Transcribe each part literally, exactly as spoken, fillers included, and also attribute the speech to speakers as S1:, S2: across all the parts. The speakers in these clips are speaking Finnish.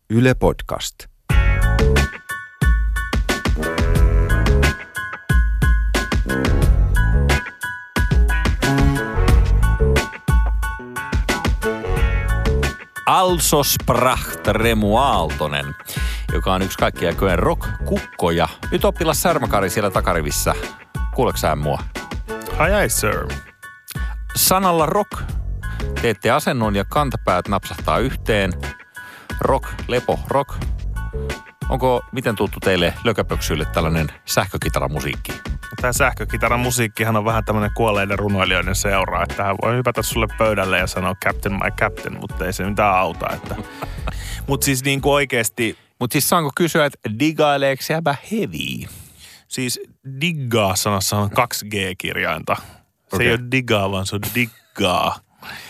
S1: Yle Podcast.
S2: Also spracht Remu Aaltonen, joka on yksi kaikkien aikojen rock-kukkoja. Nyt oppilas Särmäkari siellä takarivissä. Kuuleeko sä mua?
S3: Ai ai, sir.
S2: Sanalla rock. Teette asennon ja kantapäät napsahtaa yhteen. Rock, lepo, rock. Onko miten tuttu teille lökäpöksyille tällainen sähkökitaramusiikki?
S3: Tämä sähkökitaran musiikkihan on vähän tämmöinen kuolleiden runoilijoiden seura, että hän voi hypätä sulle pöydälle ja sanoa Captain my Captain, mutta ei se mitään auta. Että. Mutta siis niin kuin oikeasti...
S2: Mutta siis saanko kysyä, että digaileeko jäbä heavy?
S3: Siis diggaa sanassa on kaksi G-kirjainta. Se
S2: Okay.
S3: ei ole diggaa, vaan se on diggaa.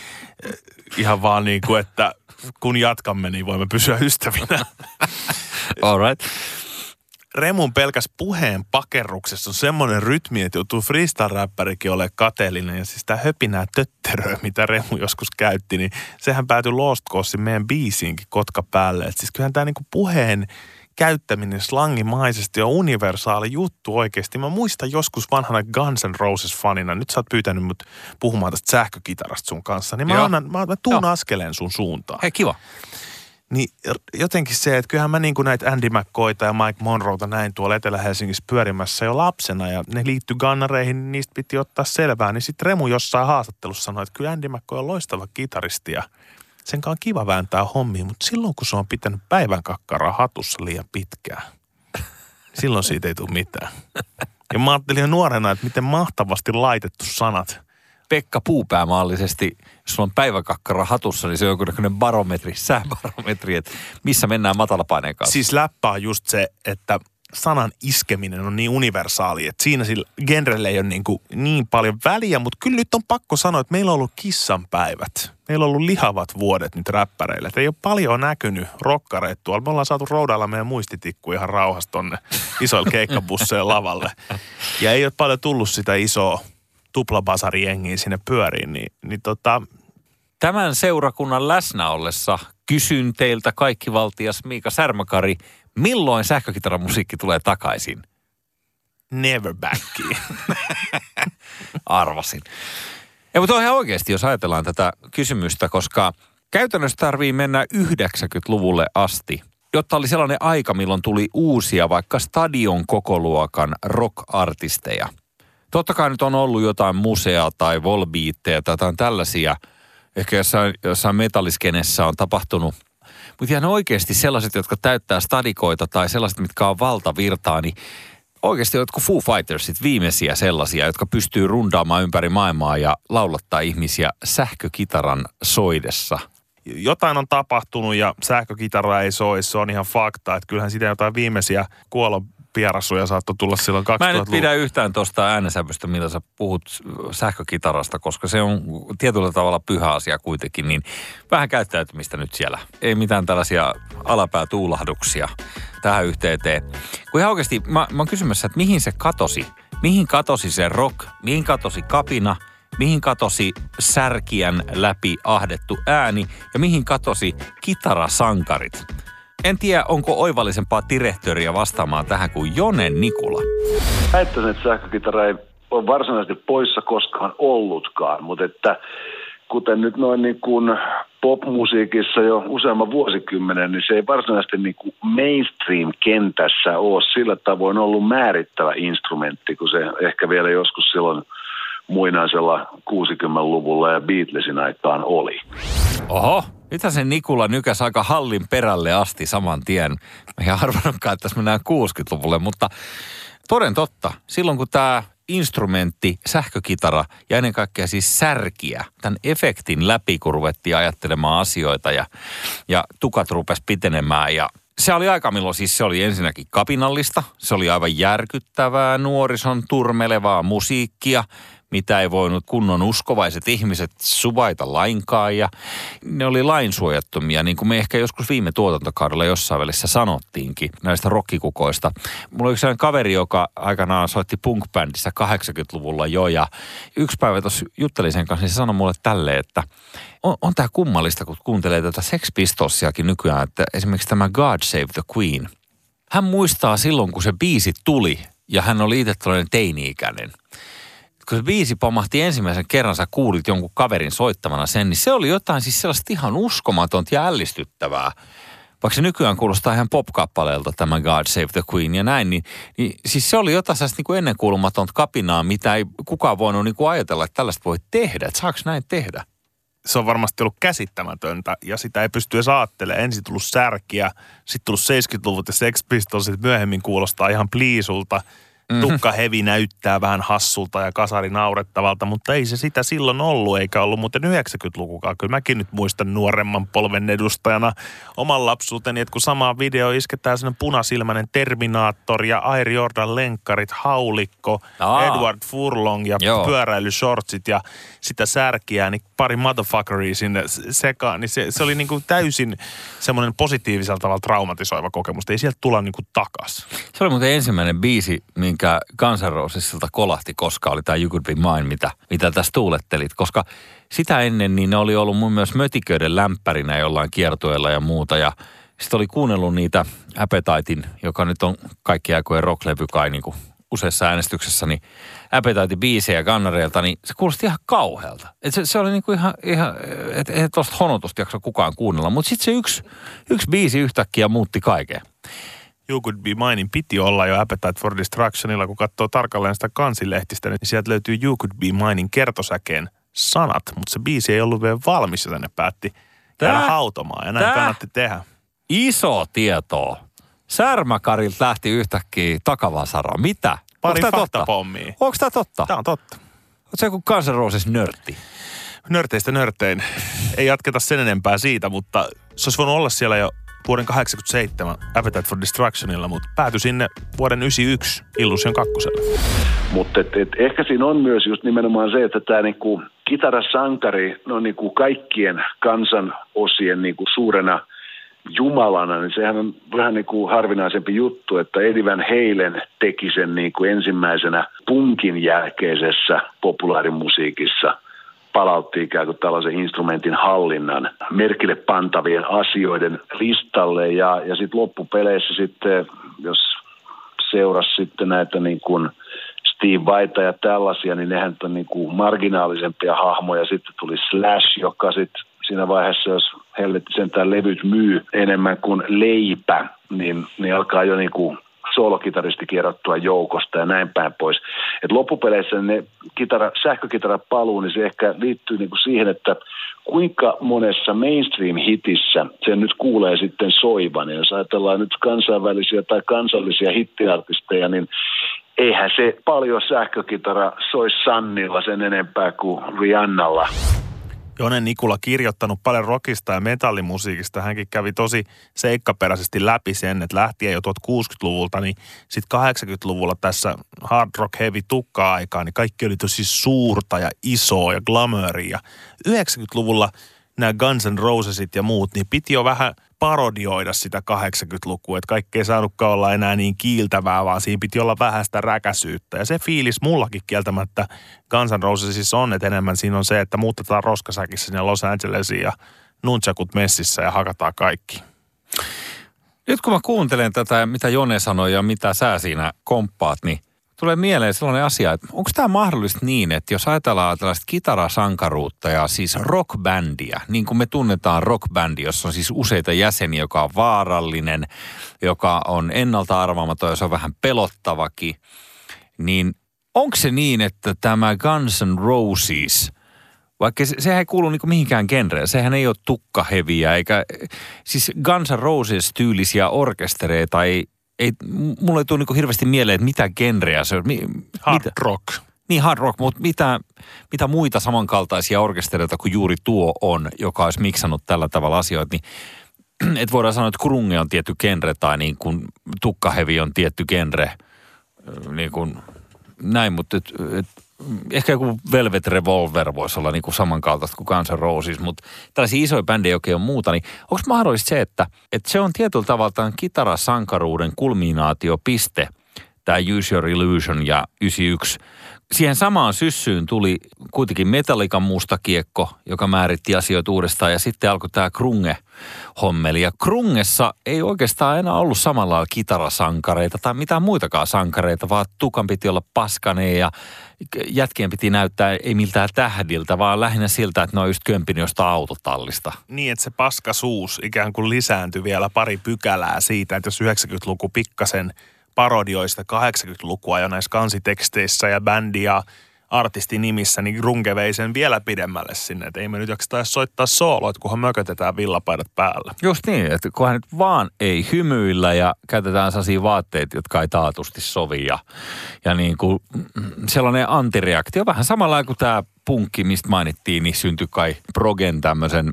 S3: Ihan vaan niin kuin, että kun jatkamme, niin voimme pysyä ystävinä.
S2: All right.
S3: Remun pelkäs puheen pakerruksessa on semmoinen rytmi, että joutuu freestyle-räppärikin ole kateellinen. Ja siis tämä höpinää tötteröä, mitä Remu joskus käytti, niin sehän päätyi Lost Causein meidän biisiinkin kotka päälle. Et siis kyllähän tämä niinku puheen käyttäminen slangimaisesti on universaali juttu oikeasti. Mä muistan joskus vanhana Guns N' Roses-fanina, nyt sä oot pyytänyt mut puhumaan tästä sähkökitarasta sun kanssa, niin mä, annan, mä, mä tuun Joo. askeleen sun suuntaan.
S2: Hei, kiva.
S3: Niin jotenkin se, että kyllähän mä niin kuin näitä Andy McCoyta ja Mike Monroeta näin tuolla Etelä-Helsingissä pyörimässä jo lapsena ja ne liittyi gannareihin, niin niistä piti ottaa selvää. Niin sitten Remu jossain haastattelussa sanoi, että kyllä Andy McCoy on loistava kitaristi ja sen kanssa on kiva vääntää hommia, mutta silloin kun se on pitänyt päivän kakkaraa hatussa liian pitkään, silloin siitä ei tule mitään. Ja mä ajattelin jo nuorena, että miten mahtavasti laitettu sanat.
S2: Pekka Puupäämaallisesti, jos sulla on päiväkakkara hatussa, niin se on jonkunlainen barometri, sääbarometri, että missä mennään matalapaineen kanssa.
S3: Siis läppä on just se, että sanan iskeminen on niin universaali, että siinä sillä genrelle ei ole niin, kuin niin paljon väliä, mutta kyllä nyt on pakko sanoa, että meillä on ollut kissanpäivät. Meillä on ollut lihavat vuodet nyt räppäreille. Että ei ole paljon näkynyt rokkareita tuolla. Me ollaan saatu roudailla meidän muistitikku ihan rauhassa tonne isoille keikkabusseille lavalle. Ja ei ole paljon tullut sitä isoa tuplabasarijengiä sinne pyöriin, niin, niin tota...
S2: Tämän seurakunnan läsnä ollessa kysyn teiltä kaikkivaltias Miika Särmäkari, milloin sähkökitaramusiikki tulee takaisin?
S3: Never backiin.
S2: Arvasin. Ja mutta on ihan oikeasti, jos ajatellaan tätä kysymystä, koska käytännössä tarvii mennä yhdeksänkymmentäluvulle asti, jotta oli sellainen aika, milloin tuli uusia vaikka stadion kokoluokan rock-artisteja. Totta kai nyt on ollut jotain musea tai volbeatteja tai jotain tällaisia, ehkä jossain, jossain metalliskenessä on tapahtunut. Mutta ihan oikeasti sellaiset, jotka täyttää stadikoita tai sellaiset, mitkä on valtavirtaa, niin oikeasti jotkut Foo Fightersit, viimeisiä sellaisia, jotka pystyy rundaamaan ympäri maailmaa ja laulattaa ihmisiä sähkökitaran soidessa.
S3: Jotain on tapahtunut ja sähkökitara ei soi, se on ihan fakta, että kyllähän sitä jotain viimeisiä kuolon pierassuja saattoi tulla silloin kaksituhattaluvulla. Mä
S2: en nyt pidä yhtään tuosta äänensävystä, millä sä puhut sähkökitarasta, koska se on tietyllä tavalla pyhä asia kuitenkin, niin vähän käyttäytymistä nyt siellä. Ei mitään tällaisia alapäätuulahduksia tähän yhteyteen. Kun ihan oikeasti, mä, mä oon kysymässä, että mihin se katosi? Mihin katosi se rock? Mihin katosi kapina? Mihin katosi särkiän läpi ahdettu ääni? Ja mihin katosi kitarasankarit? En tiedä, onko oivallisempaa direhtöriä vastaamaan tähän kuin Jone Nikula.
S4: Väittäisin, että sähkökitara ei ole varsinaisesti poissa koskaan ollutkaan, mutta että kuten nyt noin niin kuin popmusiikissa jo useamman vuosikymmenen, niin se ei varsinaisesti niin kuin mainstream-kentässä ole sillä tavoin ollut määrittävä instrumentti, kun se ehkä vielä joskus silloin muinaisella kuusikymmentäluvulla ja Beatlesin aikaan oli.
S2: Oho, nythän se Nikula nykäs aika hallin perälle asti saman tien. Mä en arvannutkaan, että tässä mennään kuusikymmentäluvulle, mutta toden totta, silloin kun tämä instrumentti, sähkökitara ja ennen kaikkea siis särkiä, tämän efektin läpi, kun ruvettiin ajattelemaan asioita ja, ja tukat rupesi pitenemään ja se oli aika, milloin siis se oli ensinnäkin kapinallista, se oli aivan järkyttävää nuorison turmelevaa musiikkia, mitä ei voinut kunnon uskovaiset ihmiset suvaita lainkaan ja ne oli lainsuojattomia, niin kuin me ehkä joskus viime tuotantokaudella jossain välissä sanottiinkin näistä rokkikukoista. Mulla oli yksi sellainen kaveri, joka aikanaan soitti punk-bändissä kahdeksankymmentäluvulla jo ja yksi päivä tuossa juttelin sen kanssa, niin se sanoi mulle tälleen, että on, on tää kummallista, kun kuuntelee tätä Sex Pistolsiakin nykyään, että esimerkiksi tämä God Save the Queen. Hän muistaa silloin, kun se biisi tuli ja hän oli itse tällainen teini-ikäinen. Kun se biisi pamahti ensimmäisen kerran, sä kuulit jonkun kaverin soittamana sen, niin se oli jotain siis sellaista ihan uskomatonta ja ällistyttävää. Vaikka se nykyään kuulostaa ihan pop-kappaleelta tämä God Save the Queen ja näin, niin, niin siis se oli jotain sellaista niin kuin ennenkuulumatonta kapinaa, mitä ei kukaan voinut niin kuin ajatella, että tällaista voi tehdä. Että saako näin tehdä?
S3: Se on varmasti ollut käsittämätöntä ja sitä ei pysty edes ajattelemaan. Ensin tullut särkiä, sitten tullut seitsemänkymmentäluvut ja Sex Pistolsit myöhemmin kuulostaa ihan pliisulta. Tukka hevi näyttää vähän hassulta ja kasari naurettavalta, mutta ei se sitä silloin ollut, eikä ollut muuten yhdeksänkymmentälukukaan. Kyllä mäkin nyt muistan nuoremman polven edustajana oman lapsuuteni, että kun samaan video isketään sellainen punasilmäinen Terminaattor ja Air Jordan lenkkarit, haulikko, Aa. Edward Furlong ja Joo. pyöräilyshortsit ja sitä särkiä, niin pari motherfuckeria sinne sekaan, niin se, se oli niin kuin täysin semmoinen positiivisella tavalla traumatisoiva kokemus. Ei sieltä tulla niin kuin takas.
S2: Se oli muuten ensimmäinen biisi, minkä Guns N' Rosesilta kolahti koskaan, oli tämä You Could Be Mine, mitä, mitä tässä tuulettelit. Koska sitä ennen niin ne oli ollut mun myös mötiköiden lämpärinä jollain kiertueella ja muuta. Ja sitten oli kuunnellut niitä Appetitein, joka nyt on kaikki aikojen rocklevy kai niin kuin useassa äänestyksessä, niin Appetitein biisejä Gunnareilta, niin se kuulosti ihan kauhealta. Et se, se oli niinku ihan, ihan että et tuosta honotusta jaksa kukaan kuunnella. Mutta sitten se yksi, yksi biisi yhtäkkiä muutti kaiken.
S3: You Could Be Minein piti olla jo Appetite for Destructionilla, kun katsoo tarkalleen sitä kansilehtistä, niin sieltä löytyy You Could Be Minein kertosäkeen sanat, mutta se biisi ei ollut vielä valmis, joten ne päätti käydä hautomaan ja näin Tää? kannatti tehdä.
S2: Iso tietoa. Särmäkarilta lähti yhtäkkiä takavasara. Mitä?
S3: Pari faktapommia.
S2: Onko tämä totta?
S3: Tämä on totta.
S2: Oletko se joku Guns N' Roses nörtti?
S3: Nörteistä nörtein. Ei jatketa sen enempää siitä, mutta se olisi voinut olla siellä jo vuoden kahdeksankymmentäseitsemän Appetite for Destructionilla, mutta päätyi sinne vuoden yhdeksänkymmentäyksi Illusion kakkoselle.
S4: Mutta et, et ehkä siinä on myös just nimenomaan se, että tämä niinku kitarasankari, no niinku kaikkien kansanosien niinku suurena jumalana, niin sehän on vähän niin kuin harvinaisempi juttu, että Eddie Van Halen teki sen niin kuin ensimmäisenä punkin jälkeisessä populaarimusiikissa. Palautti ikään kuin tällaisen instrumentin hallinnan merkille pantavien asioiden listalle ja, ja sitten loppupeleissä sitten, jos seurasi sitten näitä niin kuin Steve Vaita ja tällaisia, niin nehän on niin kuin marginaalisempia hahmoja. Sitten tuli Slash, joka sitten siinä vaiheessa, jos helvetti sentään levyt myy enemmän kuin leipä, niin, niin alkaa jo niin kuin soolokitaristi kierrottua joukosta ja näin päin pois. Et loppupeleissä ne kitara, sähkökitarapaluu, niin se ehkä liittyy niin kuin siihen, että kuinka monessa mainstream-hitissä sen nyt kuulee sitten soivan. Ja jos ajatellaan nyt kansainvälisiä tai kansallisia hittiartisteja, niin eihän se paljon sähkökitara soi Sannilla sen enempää kuin Rihannalla.
S3: Jone Nikula kirjoittanut paljon rockista ja metallimusiikista. Hänkin kävi tosi seikkaperäisesti läpi sen, että lähtien jo tuhatkuusikymmentäluvulta, niin sitten kahdeksankymmentäluvulla tässä hard rock heavy tukka-aikaa, niin kaikki oli tosi suurta ja isoa ja glamouria. yhdeksänkymmentäluvulla nämä Guns N' Rosesit ja muut, niin piti jo vähän parodioida sitä kahdeksankymmentälukua, että kaikki ei saanutkaan olla enää niin kiiltävää, vaan siinä piti olla vähän sitä räkäsyyttä. Ja se fiilis mullakin kieltämättä Guns N' Rosesissa on, että enemmän siinä on se, että muutetaan roskasäkissä sinne Los Angelesiin ja nunchakut messissä ja hakataan kaikki.
S2: Nyt kun mä kuuntelen tätä, mitä Jone sanoi ja mitä sä siinä komppaat, niin tulee mieleen sellainen asia, että onko tämä mahdollista niin, että jos ajatellaan tällaista kitarasankaruutta ja siis rockbändiä, niin kuin me tunnetaan rockbändi, jossa on siis useita jäseniä, joka on vaarallinen, joka on ennalta arvaamaton ja se on vähän pelottavakin, niin onko se niin, että tämä Guns N' Roses, vaikka se, sehän ei kuulu niin kuin mihinkään genreen, sehän ei ole tukkaheviä, eikä siis Guns N' Roses-tyylisiä orkestereita ei Ei, mulle ei tule niin hirveästi mieleen, että mitä genreä se on. Mi,
S3: hard
S2: mitä,
S3: rock.
S2: Niin, hard rock, mutta mitä, mitä muita samankaltaisia orkestereita kuin juuri tuo on, joka olisi miksannut tällä tavalla asioita, niin et voidaan sanoa, että grunge on tietty genre tai niin kuin tukkahevi on tietty genre, niin kuin näin, mutta et, et, ehkä joku Velvet Revolver voisi olla niin kuin samankaltaista kuin Guns N' Roses, mutta tällaisia isoja bändejä oikein on muuta, niin onko mahdollista se, että, että se on tietyllä tavalla tämän kitarasankaruuden kulminaatiopiste, tämä Use Your Illusion ja yhdeksänkymmentäyksi. Siihen samaan syssyyn tuli kuitenkin Metallican musta kiekko, joka määritti asioita uudestaan, ja sitten alkoi tämä grunge-hommeli. Ja grungessa ei oikeastaan enää ollut samalla lailla kitarasankareita tai mitään muitakaan sankareita, vaan tukan piti olla paskane ja jätkien piti näyttää ei miltään tähdiltä, vaan lähinnä siltä, että ne on just kömpinyt jostain autotallista.
S3: Niin, että se paskasuus ikään kuin lisääntyi vielä pari pykälää siitä, että jos yhdeksänkymmentäluku pikkasen parodioista kahdeksankymmentälukua jo näissä kansiteksteissä ja bändi- ja artistinimissä, niin grunge vei sen vielä pidemmälle sinne. Että ei me nyt jaksa soittaa sooloit, kunhan mökötetään villapaidat päällä.
S2: Just niin, että kunhan nyt vaan ei hymyillä ja käytetään sellaisia vaatteita, jotka ei taatusti sovi. Ja, ja niin kuin sellainen antireaktio, vähän samalla kuin tämä punkki, mistä mainittiin, niin syntyi kai progen tämmöisen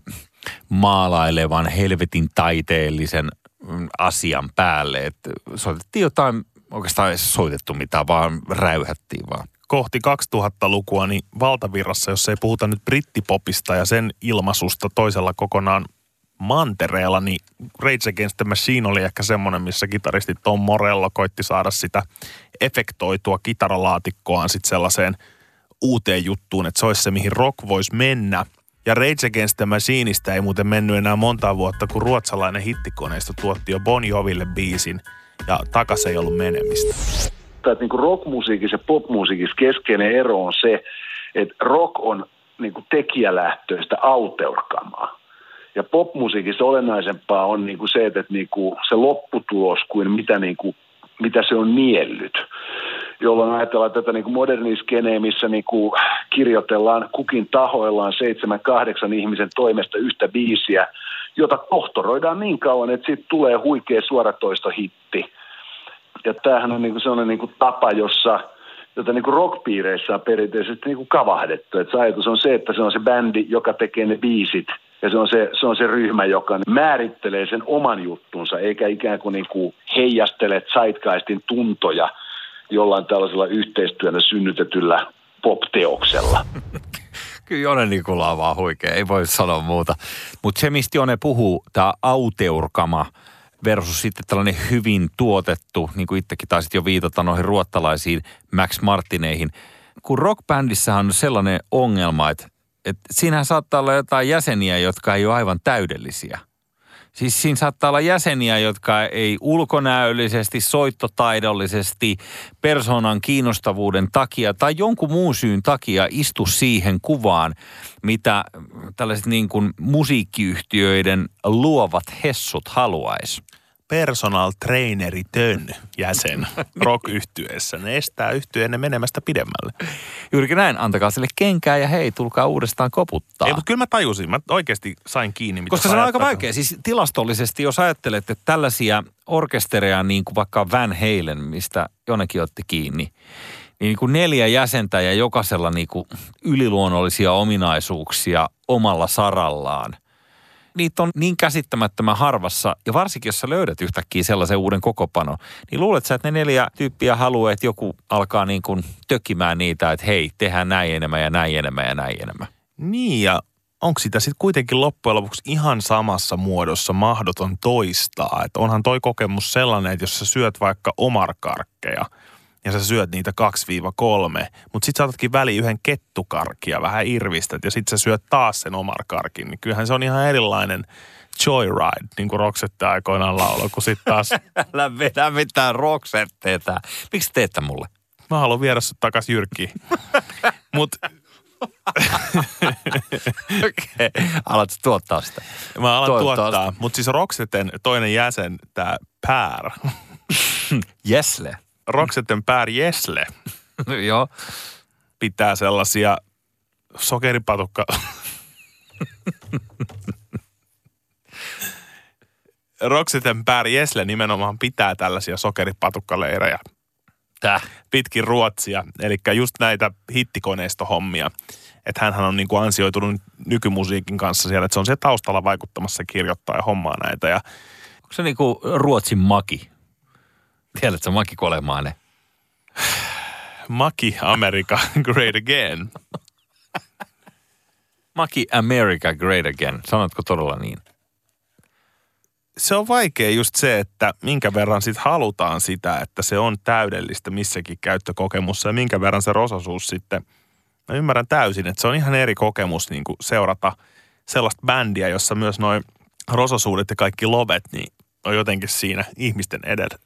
S2: maalailevan helvetin taiteellisen asian päälle, että soitettiin jotain, oikeastaan ei soitettu mitään, vaan räyhättiin vaan.
S3: Kohti kaksituhattalukua, niin valtavirrassa, jos ei puhuta nyt brittipopista ja sen ilmaisusta toisella kokonaan mantereella, niin Rage Against the Machine oli ehkä semmoinen, missä kitaristi Tom Morello koitti saada sitä efektoitua kitaralaatikkoaan sitten sellaiseen uuteen juttuun, että se olisi se, mihin rock voisi mennä. Ja Rage Against the Machineista ei muuten mennyt enää monta vuotta, kun ruotsalainen hittikoneisto tuotti jo Bon Joville biisin ja takas ei ollut menemistä.
S4: Että niin kuin rockmusiikissa ja popmusiikissa keskeinen ero on se, että rock on niin kuin tekijälähtöistä auteurkamaa. Ja popmusiikissa olennaisempaa on niin kuin se, että niin kuin se lopputulos kuin mitä, niin kuin, mitä se on niellyt. Jolloin ajatellaan tätä niin kuin moderniskeneä, missä niin kuin kirjoitellaan kukin tahoillaan seitsemän, kahdeksan ihmisen toimesta yhtä biisiä, jota tohtoroidaan niin kauan, että siitä tulee huikea suoratoistohitti. Ja tämähän on niin kuin sellainen niin kuin tapa, jossa, jota niin kuin rockpiireissä on perinteisesti niin kuin kavahdettu. Et se ajatus on se, että se on se bändi, joka tekee ne biisit, ja se on se, se, on se ryhmä, joka määrittelee sen oman juttunsa, eikä ikään kuin, niin kuin heijastele zeitgeistin tuntoja jollain tällaisella yhteistyönä synnytetyllä pop-teoksella.
S2: Kyllä Jone Nikula on vaan huikea, ei voi sanoa muuta. Mutta se, mistä Jone puhuu, tämä auteurkama versus sitten tällainen hyvin tuotettu, niin kuin itsekin taisit jo viitata noihin ruottalaisiin Max Martineihin. Kun rockbändissähän on sellainen ongelma, että, että siinähän saattaa olla jotain jäseniä, jotka ei ole aivan täydellisiä. Siis siinä saattaa olla jäseniä, jotka ei ulkonäöllisesti, soittotaidollisesti, persoonan kiinnostavuuden takia tai jonkun muun syyn takia istu siihen kuvaan, mitä tällaiset niin kuin musiikkiyhtiöiden luovat hessut haluaisi.
S3: Personal traineritön jäsen rock-yhtyeessä. Ne estää yhtyeenne menemästä pidemmälle.
S2: Juurikin näin, antakaa sille kenkää ja hei, tulkaa uudestaan koputtaa.
S3: Ei, mutta kyllä mä tajusin. Mä oikeasti sain kiinni, mitä
S2: koska se on aika vaikea. Siis tilastollisesti, jos ajattelet, että tällaisia orkestereja niin kuin vaikka Van Halen, mistä Jonekin otti kiinni, niin, niin kuin neljä jäsentä ja jokaisella niin kuin yliluonnollisia ominaisuuksia omalla sarallaan. Niitä on niin käsittämättömän harvassa, ja varsinkin jos sä löydät yhtäkkiä sellaisen uuden kokopano, niin luulet sä, että ne neljä tyyppiä haluaa, että joku alkaa niin kuin tökkimään niitä, että hei, tehdään näin enemmän ja näin enemmän ja näin enemmän.
S3: Niin, ja onko sitä sitten kuitenkin loppujen lopuksi ihan samassa muodossa mahdoton toistaa? Että onhan toi kokemus sellainen, että jos sä syöt vaikka omarkarkkeja, ja sä syöt niitä kaksi kolme, mutta sit saatatkin väliin yhden kettukarkia, vähän irvistät, ja sit sä syöt taas sen omarkarkin, niin kyllähän se on ihan erilainen joyride, niin kuin Roxette aikoinaan lauloi, kun sit taas...
S2: Älä vedä mitään Roxetteitä. Miksi teetä mulle?
S3: Mä haluan viedä sut takas Jyrkkiin. Mut...
S2: Okei, okay. Alat tuottaa sitä.
S3: Mä alan tuottaa, tuottaa. Mutta siis Roxetten toinen jäsen, tää Pär.
S2: Jesle.
S3: Roxetten Pär Jesle.
S2: Joo.
S3: Pitää sellaisia sokeripatukka... Roxetten Pär Jesle nimenomaan pitää tällaisia sokeripatukkaleirejä.
S2: Tää.
S3: Pitkin Ruotsia, eli just näitä hittikoneistohommia. Että hänhän on niin kuin ansioitunut nykymusiikin kanssa siellä, että se on siellä taustalla vaikuttamassa, kirjoittaa ja hommaa näitä. Ja...
S2: Onko se niin kuin Ruotsin Maki? Tiedätkö Maki Kolemainen?
S3: Maki America Great Again.
S2: Maki America Great Again. Sanotko todella niin?
S3: Se on vaikea just se, että minkä verran sit halutaan sitä, että se on täydellistä missäkin käyttökokemussa ja minkä verran se rososuus sitten. Mä ymmärrän täysin, että se on ihan eri kokemus niin kuin seurata sellaista bändiä, jossa myös noin rososuudet ja kaikki lovet, niin on jotenkin siinä ihmisten edellä.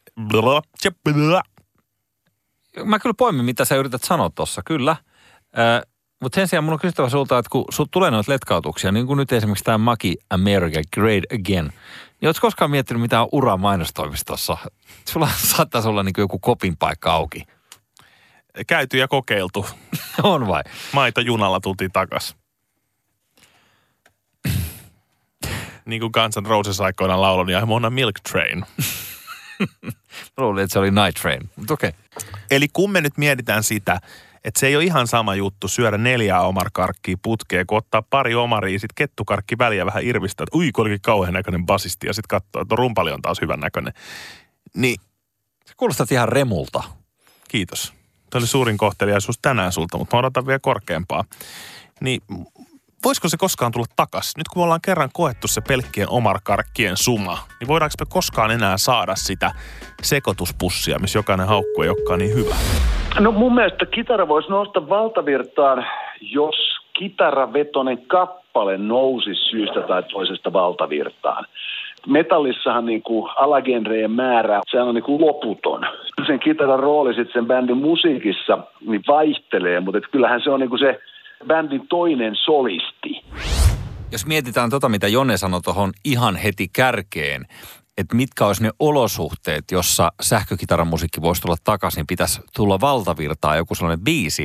S2: Mä kyllä poimin, mitä sä yrität sanoa tuossa, kyllä. Äh, Mutta sen sijaan mun on kysyttävä sulta, että kun sut tulee noita letkautuksia, niin kuin nyt esimerkiksi tämä Maki America Great Again, niin ootko koskaan miettinyt mitään uraa mainostoimistossa? Sulla saattaa olla niin kuin joku kopin paikka auki.
S3: Käyty ja kokeiltu.
S2: On vai?
S3: Maito junalla tultiin takas. Niin kuin Guns N' Roses aikoinaan lauloi, niin I'm on a milk train.
S2: Mä luulin, että se oli Night Train, mutta okei. Okay.
S3: Eli kun me nyt mietitään sitä, että se ei ole ihan sama juttu syödä neljää omarkarkkia putkeen, kun ottaa pari omaria, sit kettukarkki väliä vähän irvistää, että ui, kun olikin kauhean näköinen basisti, ja sitten katsoo, että rumpali on taas hyvän näköinen. Niin.
S2: Se kuulostat ihan remulta.
S3: Kiitos. Tämä oli suurin kohteliaisuus tänään sulta, mutta mä odotan vielä korkeampaa. Niin voisiko se koskaan tulla takas? Nyt kun me ollaan kerran koettu se pelkkien omarkarkkien suma, niin voidaanko me koskaan enää saada sitä sekoituspussia, missä jokainen haukku ei olekaan niin hyvä?
S4: No mun mielestä kitara voisi nousta valtavirtaan, jos kitaravetoinen kappale nousisi syystä tai toisesta valtavirtaan. Metallissahan niin kuin alagenrejen määrä, sehän on niin kuin loputon. Sen kitaran rooli sitten sen bändin musiikissa niin vaihtelee, mutta kyllähän se on niin kuin se bändin toinen solisti.
S2: Jos mietitään tota, mitä Jone sanoi tuohon ihan heti kärkeen, että mitkä olisi ne olosuhteet, jossa sähkökitaramusiikki voisi tulla takaisin, niin pitäisi tulla valtavirtaa joku sellainen biisi,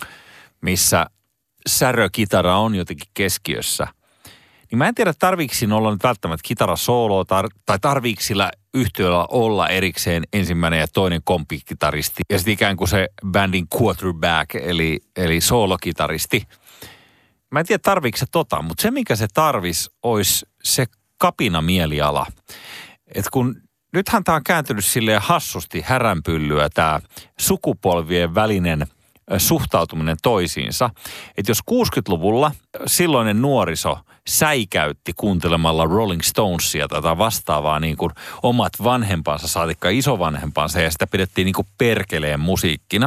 S2: missä särökitara on jotenkin keskiössä. Niin mä en tiedä, tarviiko siinä olla nyt välttämättä kitarasooloa tar- tai tarviiko sillä yhtiöllä olla erikseen ensimmäinen ja toinen kompikitaristi ja sitten ikään kuin se bändin quarterback eli, eli soolokitaristi. Mä en tiedä, tarviiko se tota, mutta se mikä se tarvisi olisi se kapinamieliala. Että kun nythän tämä on kääntynyt silleen hassusti häränpyllyä tämä sukupolvien välinen suhtautuminen toisiinsa. Että jos kuusikymmentäluvulla silloinen nuoriso säikäytti kuuntelemalla Rolling Stonesia tai vastaavaa niin kuin omat vanhempansa, saatikka isovanhempansa ja sitä pidettiin niin kuin perkeleen musiikkina.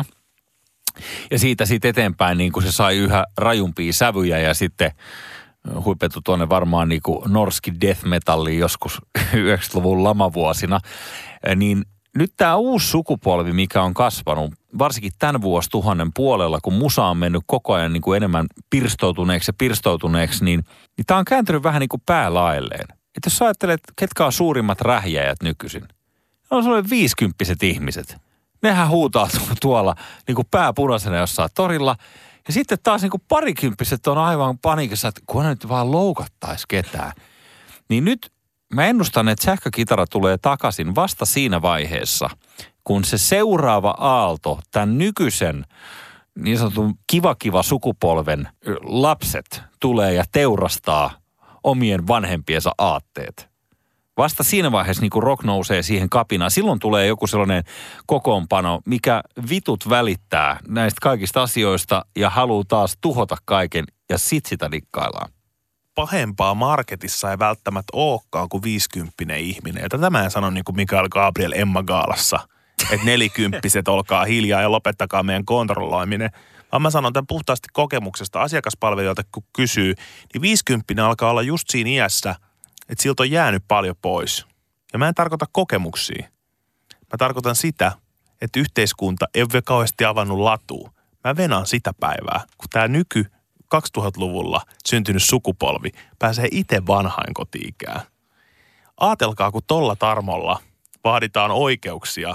S2: Ja siitä sitten eteenpäin niin kuin se sai yhä rajumpia sävyjä ja sitten huipettu tuonne varmaan niin kuin norski death metalliin joskus yhdeksänkymmentäluvun lamavuosina, niin nyt tämä uusi sukupolvi, mikä on kasvanut, varsinkin tämän vuosituhannen puolella, kun musa on mennyt koko ajan niin kuin enemmän pirstoutuneeksi ja pirstoutuneeksi, niin, niin tämä on kääntynyt vähän niin kuin päälaelleen. Että jos sä ajattelet, ketkä on suurimmat rähjäjät nykyisin, ne on sellainen viisikymppiset ihmiset. Nehän huutaa tuolla niin kuin pääpunaisena jossain torilla. Ja sitten taas niin kuin parikymppiset on aivan panikissa, että kun nyt vaan loukattaisi ketään. Niin nyt mä ennustan, että sähkökitara tulee takaisin vasta siinä vaiheessa, kun se seuraava aalto, tämän nykyisen niin sanotun kiva-kiva sukupolven lapset tulee ja teurastaa omien vanhempiensa aatteet. Vasta siinä vaiheessa niin kun rock nousee siihen kapinaan. Silloin tulee joku sellainen kokoonpano, mikä vitut välittää näistä kaikista asioista ja haluaa taas tuhota kaiken ja sit sitä dikkaillaan.
S3: Pahempaa marketissa ei välttämättä olekaan kuin viisikymppinen ihminen. Ja tätä mä en sano niin kuin Mikael Gabriel Emma Gaalassa, että nelikymppiset olkaa hiljaa ja lopettakaa meidän kontrolloiminen. Vaan mä sanon tämän puhtaasti kokemuksesta. Asiakaspalvelijoilta kun kysyy, niin viisikymppinen alkaa olla just siinä iässä, että siltä on jäänyt paljon pois. Ja mä en tarkoita kokemuksia. Mä tarkoitan sitä, että yhteiskunta ei ole kauheasti avannut latua. Mä venaan sitä päivää, kun tää nyky kaksituhattaluvulla syntynyt sukupolvi pääsee itse vanhainkotiikään. Aatelkaa, kun tolla tarmolla vaaditaan oikeuksia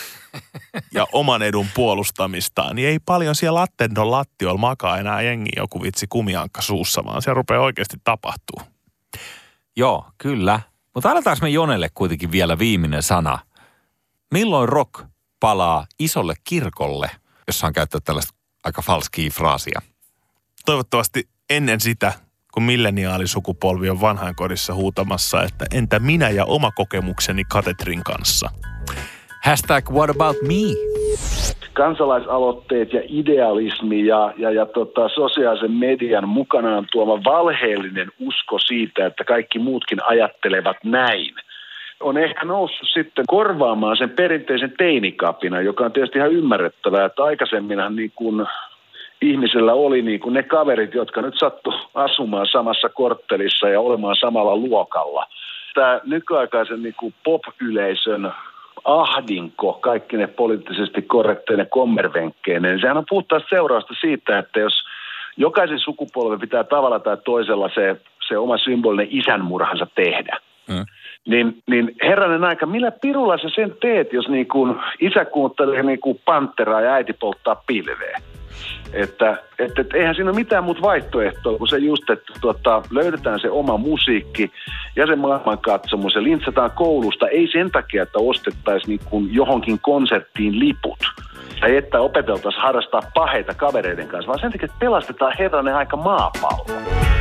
S3: ja oman edun puolustamista, niin ei paljon siellä Attendon lattioilla makaa enää jengi joku vitsi kumiankka suussa, vaan siellä rupeaa oikeasti tapahtuu.
S2: Joo, kyllä. Mutta annetaanko me Jonelle kuitenkin vielä viimeinen sana? Milloin rock palaa isolle kirkolle, jossa on käyttänyt tällaista aika falskia fraasia?
S3: Toivottavasti ennen sitä, kun milleniaalisukupolvi on vanhainkodissa huutamassa, että entä minä ja oma kokemukseni katetrin kanssa.
S2: Hashtag what about me?
S4: kansalaisaloitteet ja idealismi ja, ja, ja tota, sosiaalisen median mukanaan tuoma valheellinen usko siitä, että kaikki muutkin ajattelevat näin, on ehkä noussut sitten korvaamaan sen perinteisen teinikapina, joka on tietysti ihan ymmärrettävää, että aikaisemminhan niin kuin ihmisellä oli niin kuin ne kaverit, jotka nyt sattu asumaan samassa korttelissa ja olemaan samalla luokalla. Tämä nykyaikaisen niin kuin pop-yleisön ahdinko, kaikki ne poliittisesti korrekteinen kommervenkkeineen, sehän on puhtaasti seurausta siitä, että jos jokaisen sukupolven pitää tavalla tai toisella se, se oma symbolinen isänmurhansa tehdä, mm. niin, niin herranen aika, millä pirulla sä sen teet, jos niin kuin isä kuuntelee niin kuin Panteraa ja äiti polttaa pilveä? Että, että, että eihän siinä ole mitään muuta vaihtoehtoa kuin se just, että tuota, löydetään se oma musiikki ja se maailmankatsomus ja lintsataan koulusta. Ei sen takia, että ostettaisiin niin kuin johonkin konserttiin liput tai että opeteltaisiin harrastaa paheita kavereiden kanssa, vaan sen takia, että pelastetaan herranen aika maapallo.